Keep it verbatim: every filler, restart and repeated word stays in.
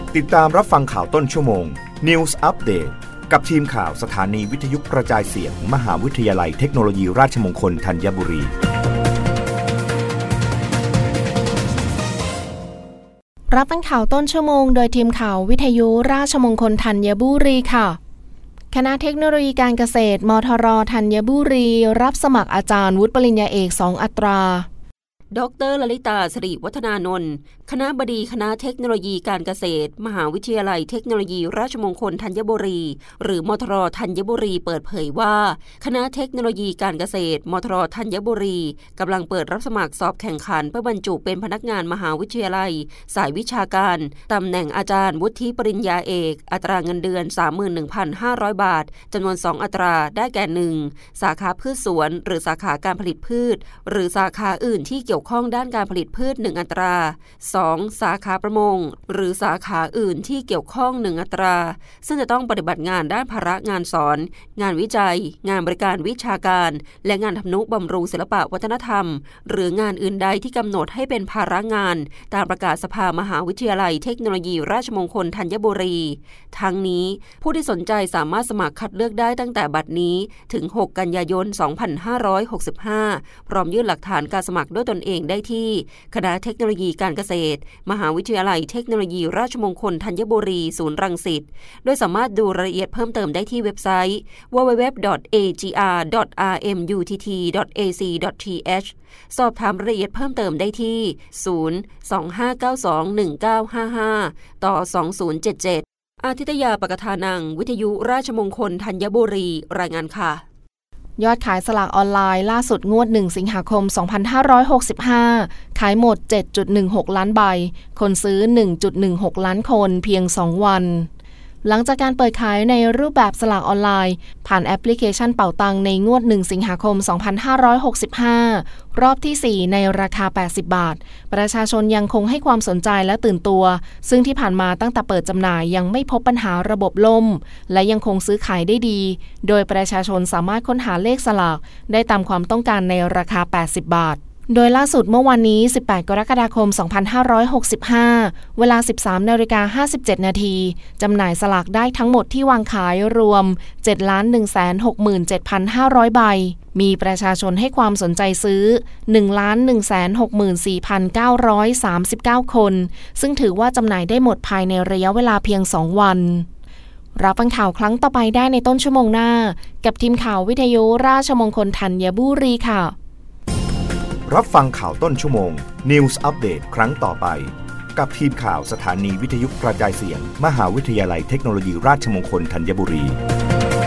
ติดตามรับฟังข่าวต้นชั่วโมง News Update กับทีมข่าวสถานีวิทยุกระจายเสียง มหาวิทยาลัยเทคโนโลยีราชมงคลธัญบุรีรับฟังข่าวต้นชั่วโมงโดยทีมข่าววิทยุราชมงคลธัญบุรีค่ะคณะเทคโนโลยีการเกษตรมทรธัญบุรีรับสมัครอาจารย์วุฒิปริญญาเอกสองอัตราดร.ลลิตาสิริวัฒนานนท์คณบดีคณะเทคโนโลยีการเกษตรมหาวิทยาลัยเทคโนโลยีราชมงคลธัญบุรีหรือมทรธัญบุรีเปิดเผยว่าคณะเทคโนโลยีการเกษตรมทรธัญบุรีกำลังเปิดรับสมัครสอบแข่งขันเพื่อบรรจุเป็นพนักงานมหาวิทยาลัยสายวิชาการตำแหน่งอาจารย์วุฒิปริญญาเอกอัตราเงินเดือน สามหมื่นหนึ่งพันห้าร้อย บาทจำนวนสองอัตราได้แก่ หนึ่ง สาขาพืชสวนหรือสาขาการผลิตพืชหรือสาขาอื่นที่เกี่ยวข้องด้านการผลิตพืชหนึ่งอัตรา สอง สาขาประมงหรือสาขาอื่นที่เกี่ยวข้องหนึ่งอัตราซึ่งจะต้องปฏิบัติงานด้านภาระงานสอนงานวิจัยงานบริการวิชาการและงานทำนุบำรุงศิลปะวัฒนธรรมหรืองานอื่นใดที่กำหนดให้เป็นภาระงานตามประกาศสภามหาวิทยาลัยเทคโนโลยีราชมงคลธัญบุรีทั้งนี้ผู้ที่สนใจสามารถสมัครคัดเลือกได้ตั้งแต่บัดนี้ถึงหกกันยายนสองพันห้าร้อยหกสิบห้าพร้อมยื่นหลักฐานการสมัครด้วยตนเองได้ที่คณะเทคโนโลยีการเกษตรมหาวิทยาลัยเทคโนโลยีราชมงคลธัญบุรีศูนย์รังสิตโดยสามารถดูรายละเอียดเพิ่มเติมได้ที่เว็บไซต์ ดับเบิลยู ดับเบิลยู ดับเบิลยู ดอท เอ จี อาร์ ดอท อาร์ เอ็ม ยู ที ที ดอท เอ ซี ดอท ที เอช สอบถามรายละเอียดเพิ่มเติมได้ที่ศูนย์ สอง ห้า เก้า สอง หนึ่ง เก้า ห้า ห้าต่อสองศูนย์เจ็ดเจ็ดอาทิตยาปกทานังวิทยุราชมงคลธัญบุรีรายงานค่ะยอดขายสลากออนไลน์ล่าสุดงวดหนึ่งสิงหาคมสองพันห้าร้อยหกสิบห้าขายหมด เจ็ดจุดหนึ่งหก ล้านใบคนซื้อ หนึ่งจุดหนึ่งหก ล้านคนเพียงสองวันหลังจากการเปิดขายในรูปแบบสลากออนไลน์ผ่านแอปพลิเคชันเป๋าตังในงวดหนึ่งสิงหาคมสองพันห้าร้อยหกสิบห้ารอบที่สี่ในราคาแปดสิบบาทประชาชนยังคงให้ความสนใจและตื่นตัวซึ่งที่ผ่านมาตั้งแต่เปิดจำหน่ายยังไม่พบปัญหาระบบล่มและยังคงซื้อขายได้ดีโดยประชาชนสามารถค้นหาเลขสลากได้ตามความต้องการในราคาแปดสิบบาทโดยล่าสุดเมื่อวันนี้สิบแปดกรกฎาคมสองพันห้าร้อยหกสิบห้าเวลา สิบสามนาฬิกาห้าสิบเจ็ดนาทีจำหน่ายสลากได้ทั้งหมดที่วางขายรวม เจ็ดล้านหนึ่งแสนหกหมื่นเจ็ดพันห้าร้อย ใบมีประชาชนให้ความสนใจซื้อ หนึ่งล้านหนึ่งแสนหกหมื่นสี่พันเก้าร้อยสามสิบเก้า คนซึ่งถือว่าจำหน่ายได้หมดภายในระยะเวลาเพียงสองวันรับฟังข่าวครั้งต่อไปได้ในต้นชั่วโมงหน้ากับทีมข่าววิทยุราชมงคลธัญบุรีค่ะรับฟังข่าวต้นชั่วโมง News Update ครั้งต่อไปกับทีมข่าวสถานีวิทยุกระจายเสียง มหาวิทยาลัยเทคโนโลยีราชมงคลธัญบุรี